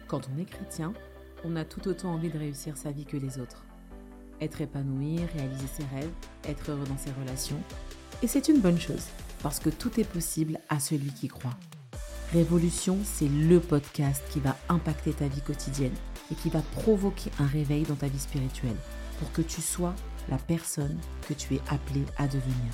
Quand on est chrétien, on a tout autant envie de réussir sa vie que les autres. Être épanoui, réaliser ses rêves, être heureux dans ses relations. Et c'est une bonne chose, parce que tout est possible à celui qui croit. Révolution, c'est le podcast qui va impacter ta vie quotidienne et qui va provoquer un réveil dans ta vie spirituelle pour que tu sois la personne que tu es appelée à devenir.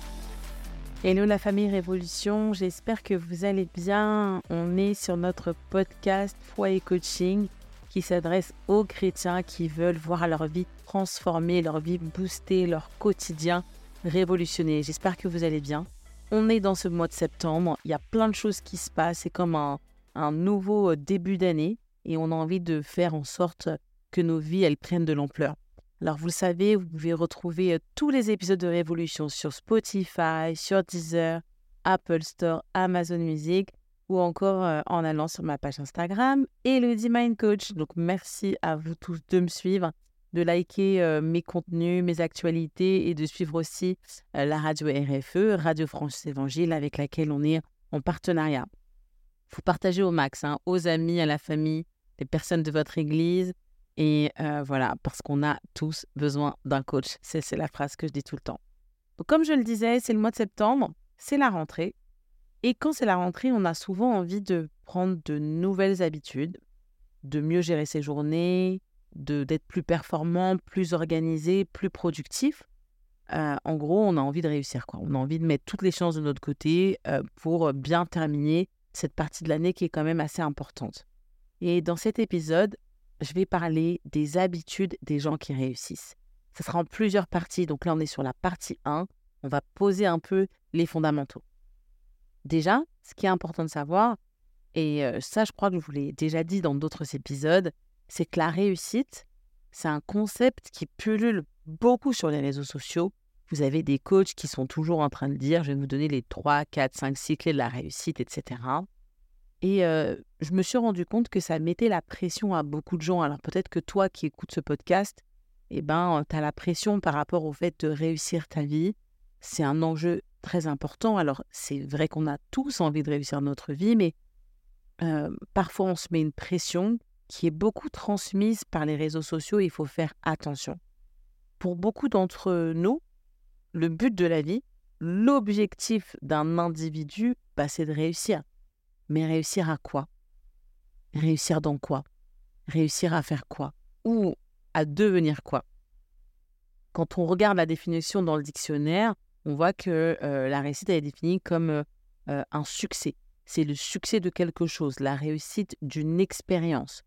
Hello la famille Révolution, j'espère que vous allez bien. On est sur notre podcast Foi et Coaching qui s'adresse aux chrétiens qui veulent voir leur vie transformée, leur vie boostée, leur quotidien révolutionné. J'espère que vous allez bien. On est dans ce mois de septembre, il y a plein de choses qui se passent, c'est comme un nouveau début d'année et on a envie de faire en sorte que nos vies elles prennent de l'ampleur. Alors vous le savez, vous pouvez retrouver tous les épisodes de Révolution sur Spotify, sur Deezer, Apple Store, Amazon Music ou encore en allant sur ma page Instagram Elodie Mind Coach. Donc merci à vous tous de me suivre, de liker mes contenus, mes actualités et de suivre aussi la radio RFE, Radio France Évangile, avec laquelle on est en partenariat. Il faut partager au max, aux amis, à la famille, les personnes de votre église. Et voilà, parce qu'on a tous besoin d'un coach. C'est la phrase que je dis tout le temps. Donc, comme je le disais, c'est le mois de septembre, c'est la rentrée. Et quand c'est la rentrée, on a souvent envie de prendre de nouvelles habitudes, de mieux gérer ses journées, d'être plus performant, plus organisé, plus productif. En gros, on a envie de réussir, quoi. On a envie de mettre toutes les chances de notre côté pour bien terminer cette partie de l'année qui est quand même assez importante. Et dans cet épisode, je vais parler des habitudes des gens qui réussissent. Ça sera en plusieurs parties. Donc là, on est sur la partie 1. On va poser un peu les fondamentaux. Déjà, ce qui est important de savoir, et ça, je crois que je vous l'ai déjà dit dans d'autres épisodes, c'est que la réussite, c'est un concept qui pullule beaucoup sur les réseaux sociaux. Vous avez des coachs qui sont toujours en train de dire « je vais vous donner les 3, 4, 5, 6 clés de la réussite, etc. » Et je me suis rendu compte que ça mettait la pression à beaucoup de gens. Alors peut-être que toi qui écoutes ce podcast, tu as la pression par rapport au fait de réussir ta vie. C'est un enjeu très important. Alors c'est vrai qu'on a tous envie de réussir notre vie, mais parfois on se met une pression qui est beaucoup transmise par les réseaux sociaux et il faut faire attention. Pour beaucoup d'entre nous, le but de la vie, l'objectif d'un individu, c'est de réussir. Mais réussir à quoi? Réussir dans quoi? Réussir à faire quoi? Ou à devenir quoi? Quand on regarde la définition dans le dictionnaire, on voit que la réussite est définie comme un succès. C'est le succès de quelque chose, la réussite d'une expérience.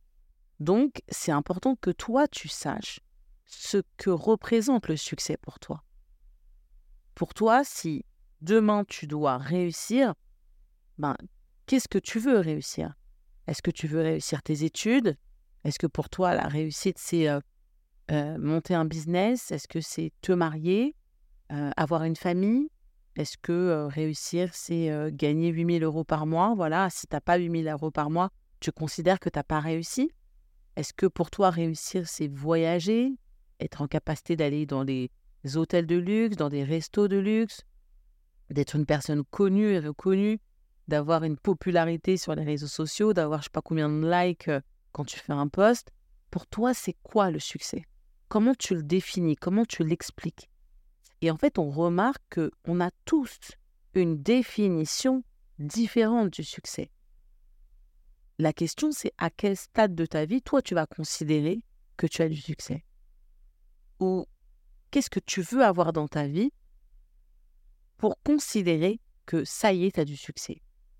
Donc, c'est important que toi, tu saches ce que représente le succès pour toi. Pour toi, si demain, tu dois réussir, qu'est-ce que tu veux réussir? Est-ce que tu veux réussir tes études? Est-ce que pour toi, la réussite, c'est monter un business? Est-ce que c'est te marier? Avoir une famille? Est-ce que réussir, c'est gagner 8 000 € par mois? Voilà, si tu n'as pas 8 000 € par mois, tu considères que tu n'as pas réussi? Est-ce que pour toi, réussir, c'est voyager? Être en capacité d'aller dans des hôtels de luxe, dans des restos de luxe? D'être une personne connue et reconnue? D'avoir une popularité sur les réseaux sociaux, d'avoir je ne sais pas combien de likes quand tu fais un post. Pour toi, c'est quoi le succès? Comment tu le définis? Comment tu l'expliques? Et en fait, on remarque qu'on a tous une définition différente du succès. La question, c'est à quel stade de ta vie, toi, tu vas considérer que tu as du succès? Ou qu'est-ce que tu veux avoir dans ta vie pour considérer que ça y est, tu as du succès?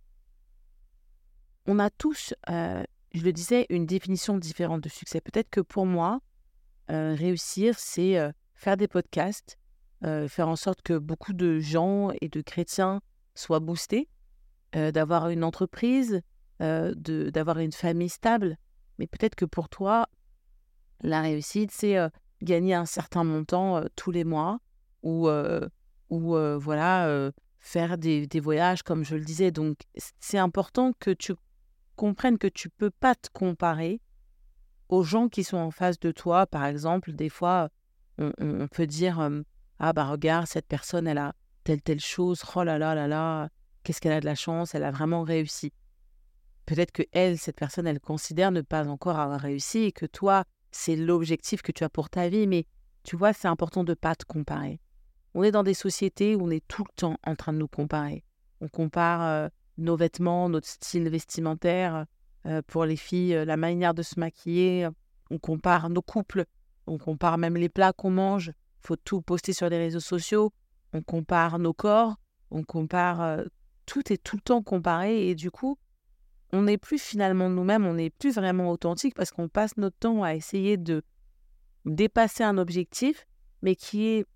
On a tous, je le disais, une définition différente de succès. Peut-être que pour moi, réussir, c'est faire des podcasts, faire en sorte que beaucoup de gens et de chrétiens soient boostés, d'avoir une entreprise, d'avoir une famille stable. Mais peut-être que pour toi, la réussite, c'est gagner un certain montant tous les mois ou faire des voyages, comme je le disais. Donc, c'est important que tu comprennes que tu ne peux pas te comparer aux gens qui sont en face de toi. Par exemple, des fois, on peut dire regarde, cette personne, elle a telle chose, oh là là là là, qu'est-ce qu'elle a de la chance, elle a vraiment réussi. peut-être que cette personne, elle considère ne pas encore avoir réussi et que toi, c'est l'objectif que tu as pour ta vie. Mais tu vois, c'est important de ne pas te comparer. On est dans des sociétés où on est tout le temps en train de nous comparer. On compare nos vêtements, notre style vestimentaire, pour les filles, la manière de se maquiller. On compare nos couples, on compare même les plats qu'on mange. Il faut tout poster sur les réseaux sociaux. On compare nos corps, on compare... tout est tout le temps comparé et du coup, on n'est plus finalement nous-mêmes, on n'est plus vraiment authentique parce qu'on passe notre temps à essayer de dépasser un objectif, mais qui est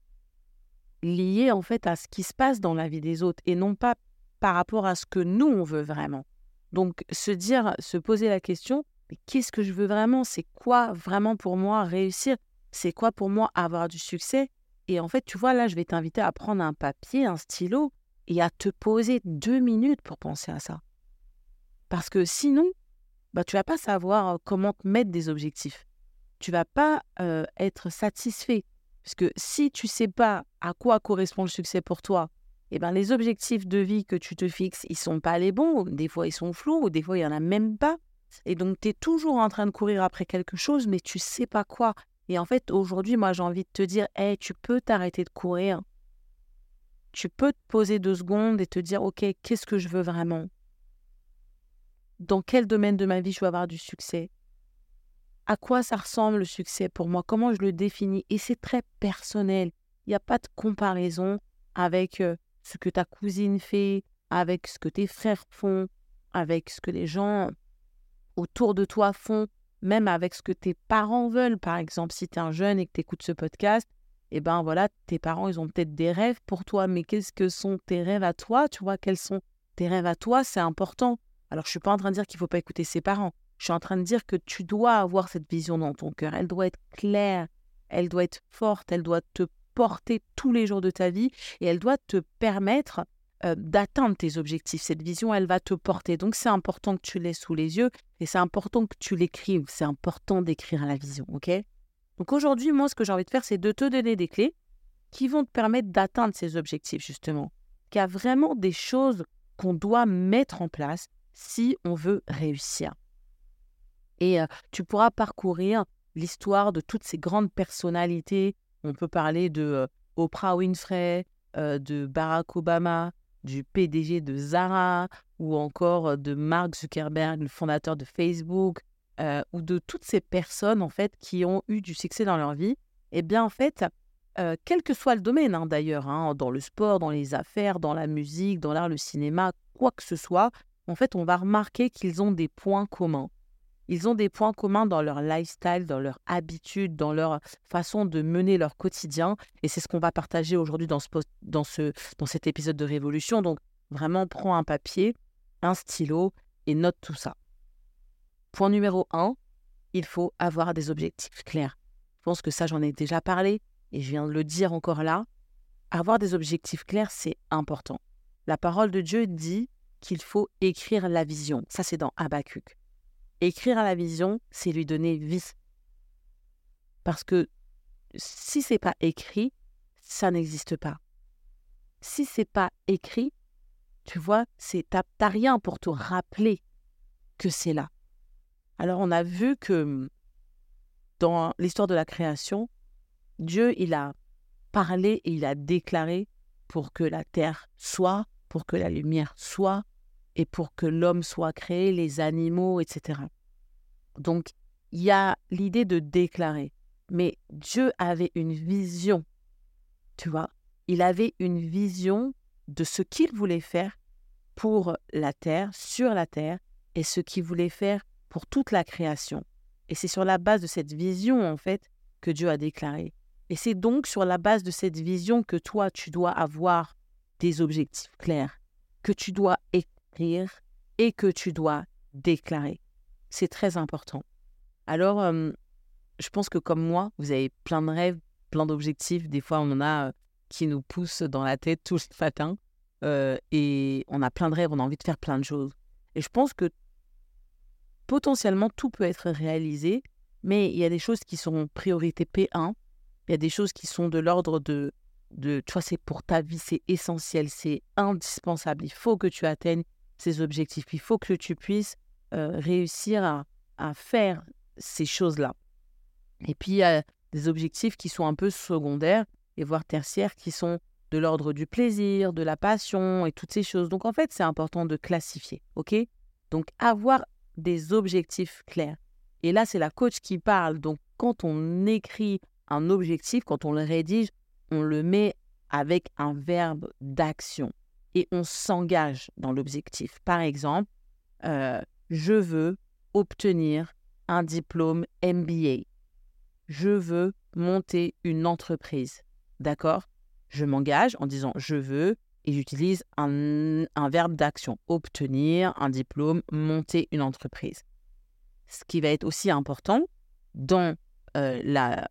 lié en fait à ce qui se passe dans la vie des autres et non pas par rapport à ce que nous, on veut vraiment. Donc, se poser la question, mais qu'est-ce que je veux vraiment? C'est quoi vraiment pour moi réussir? C'est quoi pour moi avoir du succès? Et en fait, tu vois, là, je vais t'inviter à prendre un papier, un stylo et à te poser 2 minutes pour penser à ça. Parce que sinon, tu vas pas savoir comment te mettre des objectifs. Tu vas pas être satisfait. Parce que si tu sais pas à quoi correspond le succès pour toi, les objectifs de vie que tu te fixes, ils sont pas les bons. Des fois, ils sont flous, ou des fois, il y en a même pas. Et donc, tu es toujours en train de courir après quelque chose, mais tu sais pas quoi. Et en fait, aujourd'hui, moi, j'ai envie de te dire, tu peux t'arrêter de courir. Tu peux te poser 2 secondes et te dire, OK, qu'est-ce que je veux vraiment? Dans quel domaine de ma vie je veux avoir du succès? À quoi ça ressemble le succès pour moi? Comment je le définis? Et c'est très personnel. Il n'y a pas de comparaison avec ce que ta cousine fait, avec ce que tes frères font, avec ce que les gens autour de toi font, même avec ce que tes parents veulent. Par exemple, si tu es un jeune et que tu écoutes ce podcast, voilà, tes parents, ils ont peut-être des rêves pour toi, mais qu'est-ce que sont tes rêves à toi? Tu vois, quels sont tes rêves à toi? C'est important. Alors, je ne suis pas en train de dire qu'il ne faut pas écouter ses parents. Je suis en train de dire que tu dois avoir cette vision dans ton cœur. Elle doit être claire, elle doit être forte, elle doit te porter tous les jours de ta vie et elle doit te permettre d'atteindre tes objectifs. Cette vision, elle va te porter. Donc, c'est important que tu l'aies sous les yeux et c'est important que tu l'écrives. C'est important d'écrire la vision, ok? Donc, aujourd'hui, moi, ce que j'ai envie de faire, c'est de te donner des clés qui vont te permettre d'atteindre ces objectifs, justement. Qu'il y a vraiment des choses qu'on doit mettre en place si on veut réussir. Et tu pourras parcourir l'histoire de toutes ces grandes personnalités. On peut parler de Oprah Winfrey, de Barack Obama, du PDG de Zara, ou encore de Mark Zuckerberg, le fondateur de Facebook, ou de toutes ces personnes en fait qui ont eu du succès dans leur vie. Eh bien en fait, quel que soit le domaine d'ailleurs, dans le sport, dans les affaires, dans la musique, dans l'art, le cinéma, quoi que ce soit, en fait on va remarquer qu'ils ont des points communs. Ils ont des points communs dans leur lifestyle, dans leur habitude, dans leur façon de mener leur quotidien. Et c'est ce qu'on va partager aujourd'hui dans cet épisode de Révolution. Donc, vraiment, prends un papier, un stylo et note tout ça. Point numéro 1, il faut avoir des objectifs clairs. Je pense que ça, j'en ai déjà parlé et je viens de le dire encore là. Avoir des objectifs clairs, c'est important. La parole de Dieu dit qu'il faut écrire la vision. Ça, c'est dans Habakkuk. Écrire la vision, c'est lui donner vie. Parce que si c'est pas écrit, ça n'existe pas. Si c'est pas écrit, tu vois, t'as rien pour te rappeler que c'est là. Alors on a vu que dans l'histoire de la création, Dieu, il a parlé et il a déclaré pour que la terre soit, pour que la lumière soit, et pour que l'homme soit créé, les animaux, etc. Donc, il y a l'idée de déclarer. Mais Dieu avait une vision, tu vois. Il avait une vision de ce qu'il voulait faire pour la terre, sur la terre, et ce qu'il voulait faire pour toute la création. Et c'est sur la base de cette vision, en fait, que Dieu a déclaré. Et c'est donc sur la base de cette vision que toi, tu dois avoir des objectifs clairs, que tu dois écrire et que tu dois déclarer. C'est très important. Alors, je pense que comme moi, vous avez plein de rêves, plein d'objectifs. Des fois, on en a qui nous poussent dans la tête tous les matins. Et on a plein de rêves, on a envie de faire plein de choses. Et je pense que potentiellement, tout peut être réalisé, mais il y a des choses qui sont priorité P1. Il y a des choses qui sont de l'ordre de tu vois, c'est pour ta vie, c'est essentiel, c'est indispensable. Il faut que tu atteignes ces objectifs. Il faut que tu puisses réussir à faire ces choses-là. Et puis, il y a des objectifs qui sont un peu secondaires et voire tertiaires qui sont de l'ordre du plaisir, de la passion et toutes ces choses. Donc, en fait, c'est important de classifier, OK? Donc, avoir des objectifs clairs. Et là, c'est la coach qui parle. Donc, quand on écrit un objectif, quand on le rédige, on le met avec un verbe d'action et on s'engage dans l'objectif. Par exemple, je veux obtenir un diplôme MBA. Je veux monter une entreprise. D'accord? Je m'engage en disant je veux et j'utilise un verbe d'action. Obtenir un diplôme, monter une entreprise. Ce qui va être aussi important dans la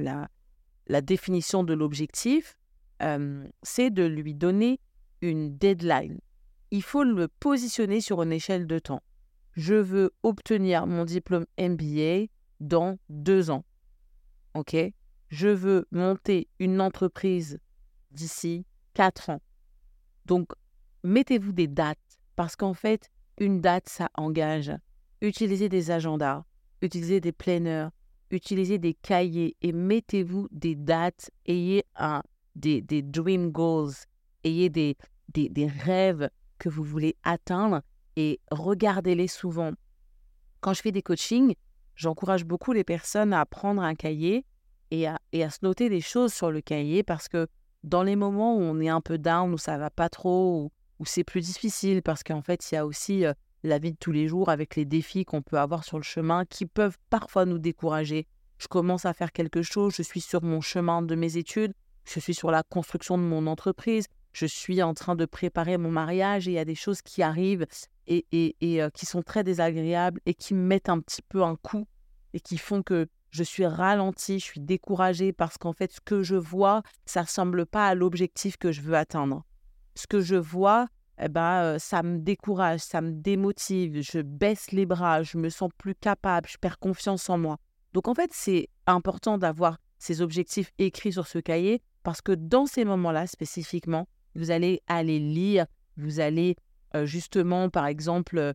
définition de l'objectif, c'est de lui donner une deadline. Il faut le positionner sur une échelle de temps. Je veux obtenir mon diplôme MBA dans 2 ans. OK? Je veux monter une entreprise d'ici 4 ans. Donc, mettez-vous des dates parce qu'en fait, une date, ça engage. Utilisez des agendas, utilisez des planners, utilisez des cahiers et mettez-vous des dates. Ayez des dream goals, ayez des rêves que vous voulez atteindre et regardez-les souvent. Quand je fais des coachings, j'encourage beaucoup les personnes à prendre un cahier et à se noter des choses sur le cahier parce que dans les moments où on est un peu down, où ça va pas trop, où c'est plus difficile parce qu'en fait, il y a aussi la vie de tous les jours avec les défis qu'on peut avoir sur le chemin qui peuvent parfois nous décourager. Je commence à faire quelque chose, je suis sur mon chemin de mes études, je suis sur la construction de mon entreprise, je suis en train de préparer mon mariage et il y a des choses qui arrivent et qui sont très désagréables et qui me mettent un petit peu un coup et qui font que je suis ralentie, je suis découragée parce qu'en fait, ce que je vois, ça ne ressemble pas à l'objectif que je veux atteindre. Ce que je vois, ça me décourage, ça me démotive, je baisse les bras, je me sens plus capable, je perds confiance en moi. Donc en fait, c'est important d'avoir ces objectifs écrits sur ce cahier parce que dans ces moments-là, spécifiquement, vous allez aller lire, vous allez justement, par exemple,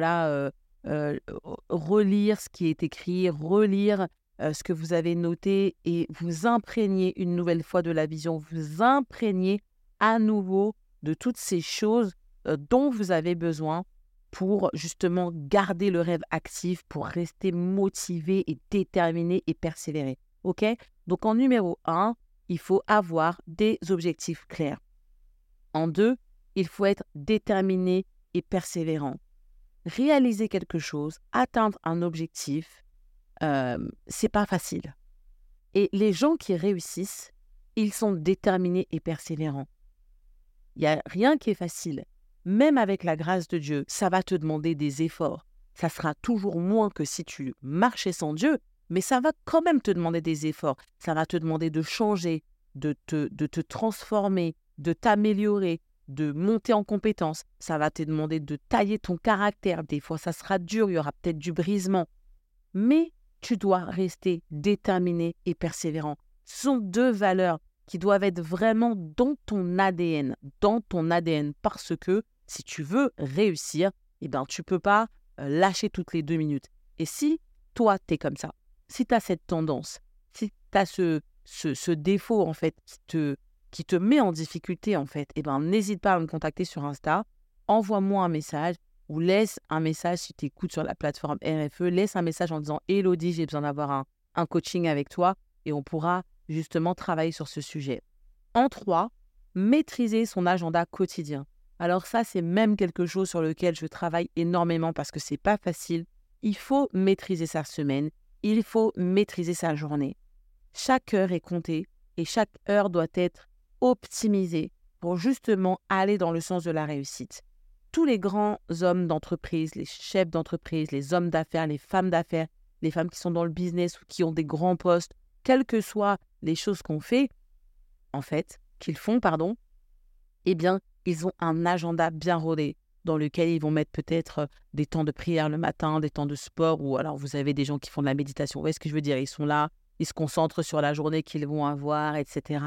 relire ce qui est écrit, relire ce que vous avez noté et vous imprégner une nouvelle fois de la vision, vous imprégner à nouveau de toutes ces choses dont vous avez besoin pour justement garder le rêve actif, pour rester motivé et déterminé et persévérer. OK? Donc en numéro 1, il faut avoir des objectifs clairs. En 2, il faut être déterminé et persévérant. Réaliser quelque chose, atteindre un objectif, c'est pas facile. Et les gens qui réussissent, ils sont déterminés et persévérants. Il n'y a rien qui est facile. Même avec la grâce de Dieu, ça va te demander des efforts. Ça sera toujours moins que si tu marchais sans Dieu, mais ça va quand même te demander des efforts. Ça va te demander de changer, de te transformer, de t'améliorer, de monter en compétences. Ça va te demander de tailler ton caractère. Des fois, ça sera dur, il y aura peut-être du brisement. Mais tu dois rester déterminé et persévérant. Ce sont 2 valeurs qui doivent être vraiment dans ton ADN, parce que si tu veux réussir, tu ne peux pas lâcher toutes les 2 minutes. Et si toi, tu es comme ça, si tu as cette tendance, si tu as ce défaut en fait qui te met en difficulté en fait, n'hésite pas à me contacter sur Insta, envoie-moi un message ou laisse un message si tu écoutes sur la plateforme RFE, laisse un message en disant « Élodie, j'ai besoin d'avoir un coaching avec toi » et on pourra justement travailler sur ce sujet. En 3, maîtriser son agenda quotidien. Alors ça, c'est même quelque chose sur lequel je travaille énormément parce que c'est pas facile. Il faut maîtriser sa semaine, il faut maîtriser sa journée. Chaque heure est comptée et chaque heure doit être optimisée pour justement aller dans le sens de la réussite. Tous les grands hommes d'entreprise, les chefs d'entreprise, les hommes d'affaires, les femmes qui sont dans le business ou qui ont des grands postes, quelles que soient les choses qu'ils font, ils ont un agenda bien rodé dans lequel ils vont mettre peut-être des temps de prière le matin, des temps de sport, ou alors vous avez des gens qui font de la méditation. Vous voyez ce que je veux dire? Ils sont là, ils se concentrent sur la journée qu'ils vont avoir, etc.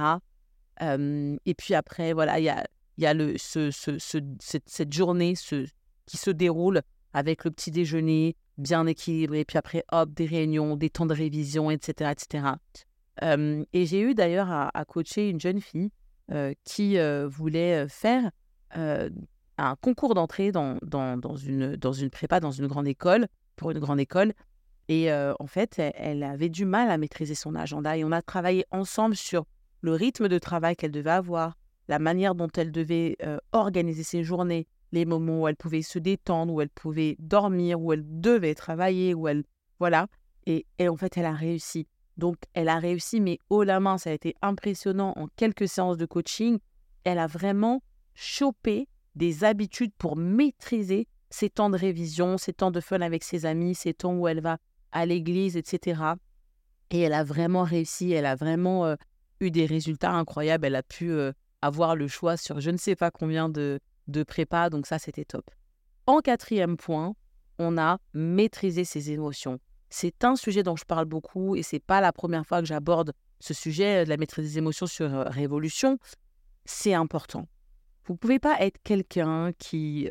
Et puis après, voilà, il y a cette journée qui se déroule avec le petit déjeuner bien équilibré, puis après, hop, des réunions, des temps de révision, etc., etc. Et j'ai eu d'ailleurs à coacher une jeune fille qui voulait faire un concours d'entrée dans une prépa, dans une grande école, pour une grande école. Et en fait, elle avait du mal à maîtriser son agenda. Et on a travaillé ensemble sur le rythme de travail qu'elle devait avoir, la manière dont elle devait organiser ses journées, les moments où elle pouvait se détendre, où elle pouvait dormir, où elle devait travailler, où elle... Voilà. Et en fait, elle a réussi. Donc, elle a réussi, mais haut la main, ça a été impressionnant en quelques séances de coaching. Elle a vraiment chopé des habitudes pour maîtriser ses temps de révision, ses temps de fun avec ses amis, ses temps où elle va à l'église, etc. Et elle a vraiment réussi, elle a vraiment eu des résultats incroyables. Elle a pu avoir le choix sur je ne sais pas combien de prépa, donc ça, c'était top. En 4e point, on a maîtrisé ses émotions. C'est un sujet dont je parle beaucoup et c'est pas la première fois que j'aborde ce sujet de la maîtrise des émotions sur Révolution. C'est important. Vous ne pouvez pas être quelqu'un qui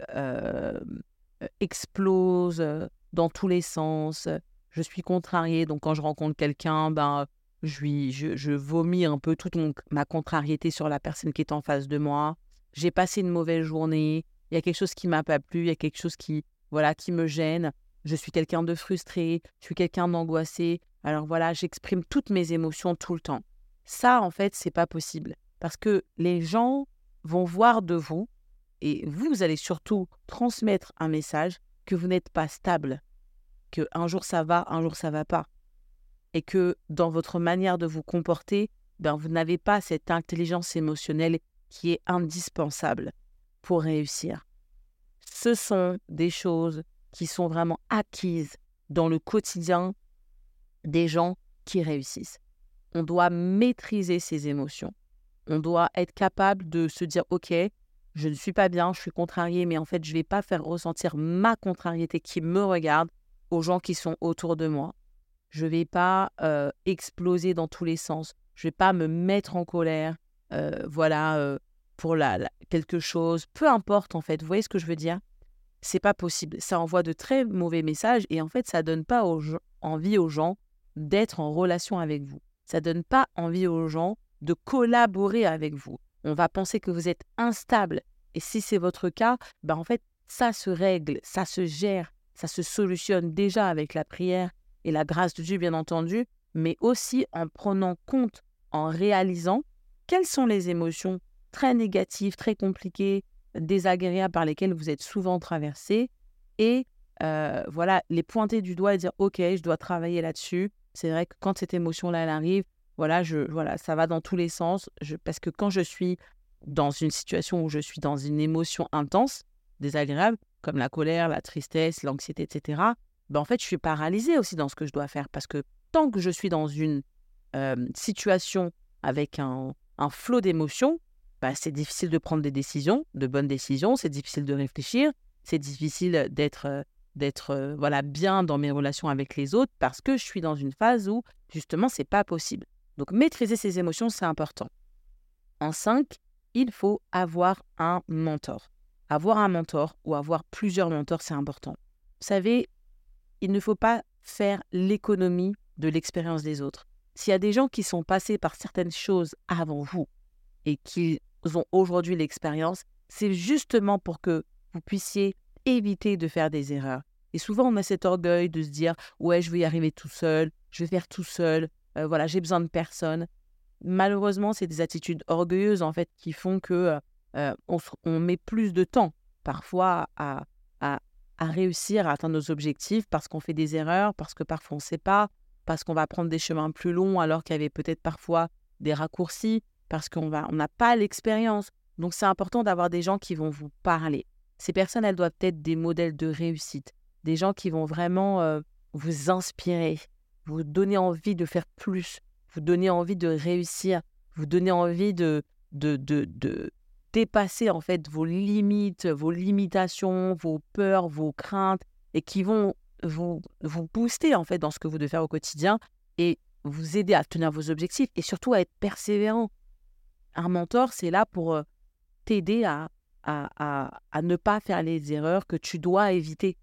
explose dans tous les sens. Je suis contrariée, donc quand je rencontre quelqu'un, je vomis un peu toute ma contrariété sur la personne qui est en face de moi. J'ai passé une mauvaise journée, il y a quelque chose qui ne m'a pas plu, il y a quelque chose qui me gêne. Je suis quelqu'un de frustré, je suis quelqu'un d'angoissé. Alors voilà, j'exprime toutes mes émotions tout le temps. Ça, en fait, c'est pas possible. Parce que les gens vont voir de vous, et vous allez surtout transmettre un message que vous n'êtes pas stable, qu'un jour ça va, un jour ça va pas. Et que dans votre manière de vous comporter, vous n'avez pas cette intelligence émotionnelle qui est indispensable pour réussir. Ce sont des choses qui sont vraiment acquises dans le quotidien des gens qui réussissent. On doit maîtriser ses émotions. On doit être capable de se dire « Ok, je ne suis pas bien, je suis contrariée, mais en fait, je ne vais pas faire ressentir ma contrariété qui me regarde aux gens qui sont autour de moi. Je ne vais pas exploser dans tous les sens. Je ne vais pas me mettre en colère pour quelque chose. Peu importe, en fait. Vous voyez ce que je veux dire ? C'est pas possible. Ça envoie de très mauvais messages et en fait, ça donne pas envie aux gens d'être en relation avec vous. Ça donne pas envie aux gens de collaborer avec vous. On va penser que vous êtes instable. Et si c'est votre cas, en fait, ça se règle, ça se gère, ça se solutionne déjà avec la prière et la grâce de Dieu, bien entendu, mais aussi en prenant compte, en réalisant quelles sont les émotions très négatives, très compliquées, désagréables par lesquelles vous êtes souvent traversé et les pointer du doigt et dire « Ok, je dois travailler là-dessus. » C'est vrai que quand cette émotion-là, elle arrive, ça va dans tous les sens. Parce que quand je suis dans une situation où je suis dans une émotion intense, désagréable, comme la colère, la tristesse, l'anxiété, etc., en fait, je suis paralysée aussi dans ce que je dois faire. Parce que tant que je suis dans une situation avec un flot d'émotions, c'est difficile de prendre des décisions, de bonnes décisions, c'est difficile de réfléchir, c'est difficile d'être bien dans mes relations avec les autres parce que je suis dans une phase où, justement, c'est pas possible. Donc, maîtriser ses émotions, c'est important. En 5, il faut avoir un mentor. Avoir un mentor ou avoir plusieurs mentors, c'est important. Vous savez, il ne faut pas faire l'économie de l'expérience des autres. S'il y a des gens qui sont passés par certaines choses avant vous et qui ont aujourd'hui l'expérience, c'est justement pour que vous puissiez éviter de faire des erreurs. Et souvent, on a cet orgueil de se dire « Ouais, je vais y arriver tout seul, je vais faire tout seul, j'ai besoin de personne. » Malheureusement, c'est des attitudes orgueilleuses en fait qui font que on met plus de temps parfois à réussir à atteindre nos objectifs parce qu'on fait des erreurs, parce que parfois on ne sait pas, parce qu'on va prendre des chemins plus longs alors qu'il y avait peut-être parfois des raccourcis, parce qu'on n'a pas l'expérience. Donc, c'est important d'avoir des gens qui vont vous parler. Ces personnes, elles doivent être des modèles de réussite, des gens qui vont vraiment vous inspirer, vous donner envie de faire plus, vous donner envie de réussir, vous donner envie de dépasser en fait vos limites, vos limitations, vos peurs, vos craintes, et qui vont vous booster en fait dans ce que vous devez faire au quotidien et vous aider à tenir vos objectifs et surtout à être persévérant. Un mentor, c'est là pour t'aider à ne pas faire les erreurs que tu dois éviter.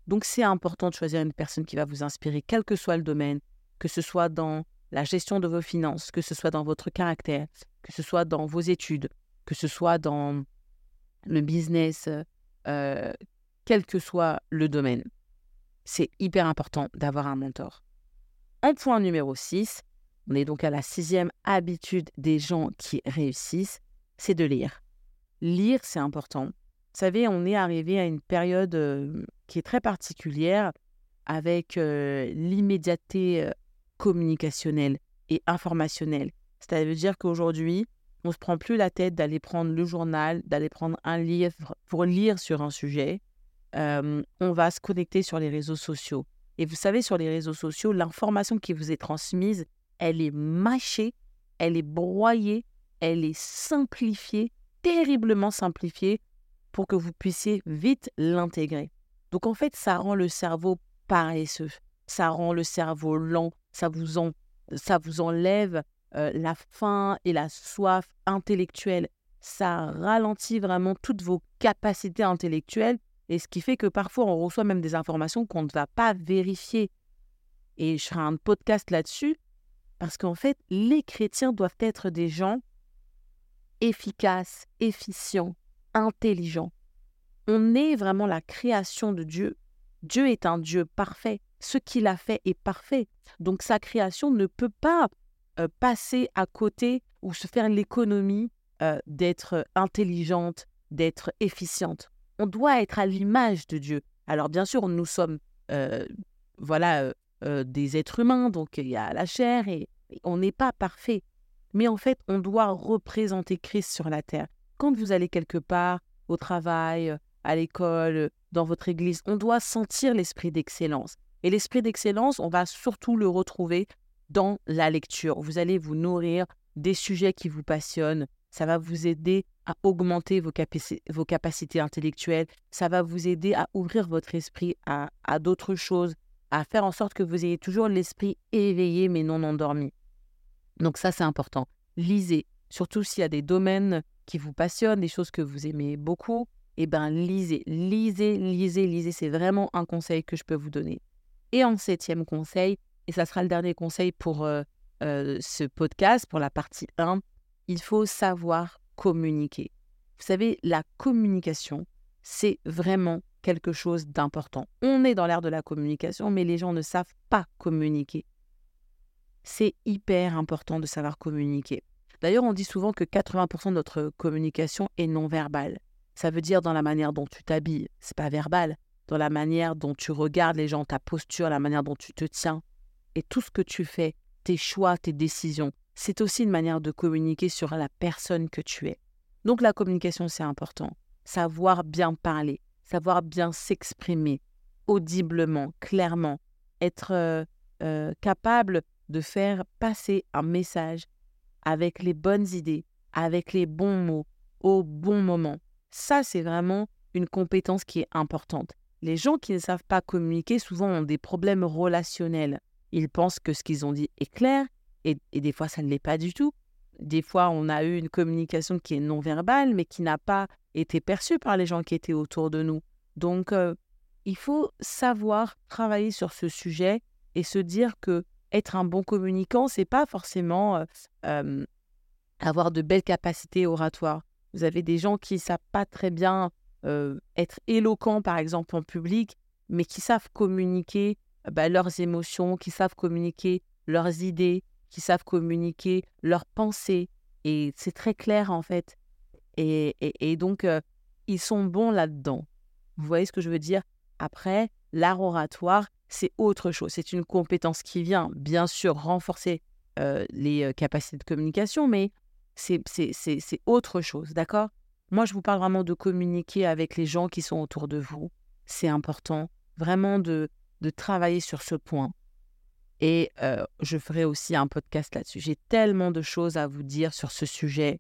Donc, c'est important de choisir une personne qui va vous inspirer, quel que soit le domaine, que ce soit dans la gestion de vos finances, que ce soit dans votre caractère, que ce soit dans vos études, que ce soit dans le business, quel que soit le domaine. C'est hyper important d'avoir un mentor. En point numéro 6, on est donc à la 6e habitude des gens qui réussissent, c'est de lire. Lire, c'est important. Vous savez, on est arrivé à une période qui est très particulière avec l'immédiateté communicationnelle et informationnelle. C'est-à-dire qu'aujourd'hui, on ne se prend plus la tête d'aller prendre le journal, d'aller prendre un livre pour lire sur un sujet. On va se connecter sur les réseaux sociaux. Et vous savez, sur les réseaux sociaux, l'information qui vous est transmise, elle est mâchée, elle est broyée, elle est simplifiée, terriblement simplifiée pour que vous puissiez vite l'intégrer. Donc en fait, ça rend le cerveau paresseux, ça rend le cerveau lent, ça vous enlève la faim et la soif intellectuelle. Ça ralentit vraiment toutes vos capacités intellectuelles et ce qui fait que parfois on reçoit même des informations qu'on ne va pas vérifier. Et je ferai un podcast là-dessus parce qu'en fait, les chrétiens doivent être des gens efficaces, efficients, intelligents. On est vraiment la création de Dieu. Dieu est un Dieu parfait. Ce qu'il a fait est parfait. Donc sa création ne peut pas passer à côté ou se faire l'économie d'être intelligente, d'être efficiente. On doit être à l'image de Dieu. Alors bien sûr, nous sommes des êtres humains, donc il y a la chair et on n'est pas parfait. Mais en fait, on doit représenter Christ sur la terre. Quand vous allez quelque part, au travail, à l'école, dans votre église, on doit sentir l'esprit d'excellence. Et l'esprit d'excellence, on va surtout le retrouver dans la lecture. Vous allez vous nourrir des sujets qui vous passionnent. Ça va vous aider à augmenter vos capacités intellectuelles. Ça va vous aider à ouvrir votre esprit à d'autres choses, à faire en sorte que vous ayez toujours l'esprit éveillé mais non endormi. Donc ça, c'est important. Lisez, surtout s'il y a des domaines qui vous passionnent, des choses que vous aimez beaucoup, lisez. C'est vraiment un conseil que je peux vous donner. Et en 7e conseil, et ça sera le dernier conseil pour ce podcast, pour la partie 1, il faut savoir communiquer. Vous savez, la communication, c'est vraiment quelque chose d'important. On est dans l'ère de la communication, mais les gens ne savent pas communiquer. C'est hyper important de savoir communiquer. D'ailleurs, on dit souvent que 80% de notre communication est non-verbale. Ça veut dire dans la manière dont tu t'habilles, c'est pas verbal. Dans la manière dont tu regardes les gens, ta posture, la manière dont tu te tiens. Et tout ce que tu fais, tes choix, tes décisions, c'est aussi une manière de communiquer sur la personne que tu es. Donc la communication, c'est important. Savoir bien parler, savoir bien s'exprimer, audiblement, clairement, être capable de faire passer un message avec les bonnes idées, avec les bons mots, au bon moment. Ça, c'est vraiment une compétence qui est importante. Les gens qui ne savent pas communiquer, souvent ont des problèmes relationnels. Ils pensent que ce qu'ils ont dit est clair, et des fois, ça ne l'est pas du tout. Des fois, on a eu une communication qui est non-verbale, mais qui n'a pas été perçue par les gens qui étaient autour de nous. Donc, il faut savoir travailler sur ce sujet et se dire que être un bon communicant, c'est pas forcément avoir de belles capacités oratoires. Vous avez des gens qui ne savent pas très bien être éloquents, par exemple, en public, mais qui savent communiquer leurs émotions, qui savent communiquer leurs idées, qui savent communiquer leurs pensées. Et c'est très clair, en fait. Et donc, ils sont bons là-dedans. Vous voyez ce que je veux dire? Après, l'art oratoire, c'est autre chose. C'est une compétence qui vient, bien sûr, renforcer les capacités de communication, mais c'est autre chose, d'accord? Moi, je vous parle vraiment de communiquer avec les gens qui sont autour de vous. C'est important, vraiment de travailler sur ce point. Et je ferai aussi un podcast là-dessus. J'ai tellement de choses à vous dire sur ce sujet.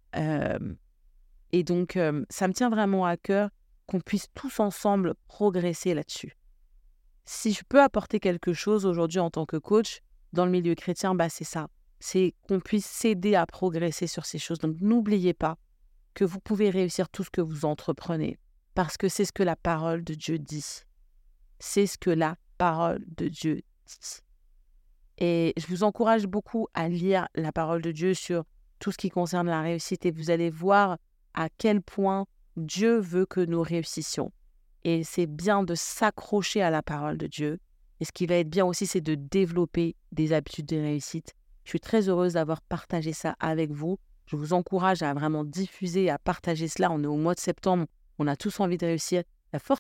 Et donc, ça me tient vraiment à cœur qu'on puisse tous ensemble progresser là-dessus. Si je peux apporter quelque chose aujourd'hui en tant que coach dans le milieu chrétien, c'est ça. C'est qu'on puisse s'aider à progresser sur ces choses. Donc, n'oubliez pas que vous pouvez réussir tout ce que vous entreprenez parce que c'est ce que la parole de Dieu dit. c'est ce que la parole de Dieu dit. Et je vous encourage beaucoup à lire la parole de Dieu sur tout ce qui concerne la réussite et vous allez voir à quel point Dieu veut que nous réussissions. Et c'est bien de s'accrocher à la parole de Dieu. Et ce qui va être bien aussi, c'est de développer des habitudes de réussite. Je suis très heureuse d'avoir partagé ça avec vous. Je vous encourage à vraiment diffuser, à partager cela. On est au mois de septembre, on a tous envie de réussir. Il y a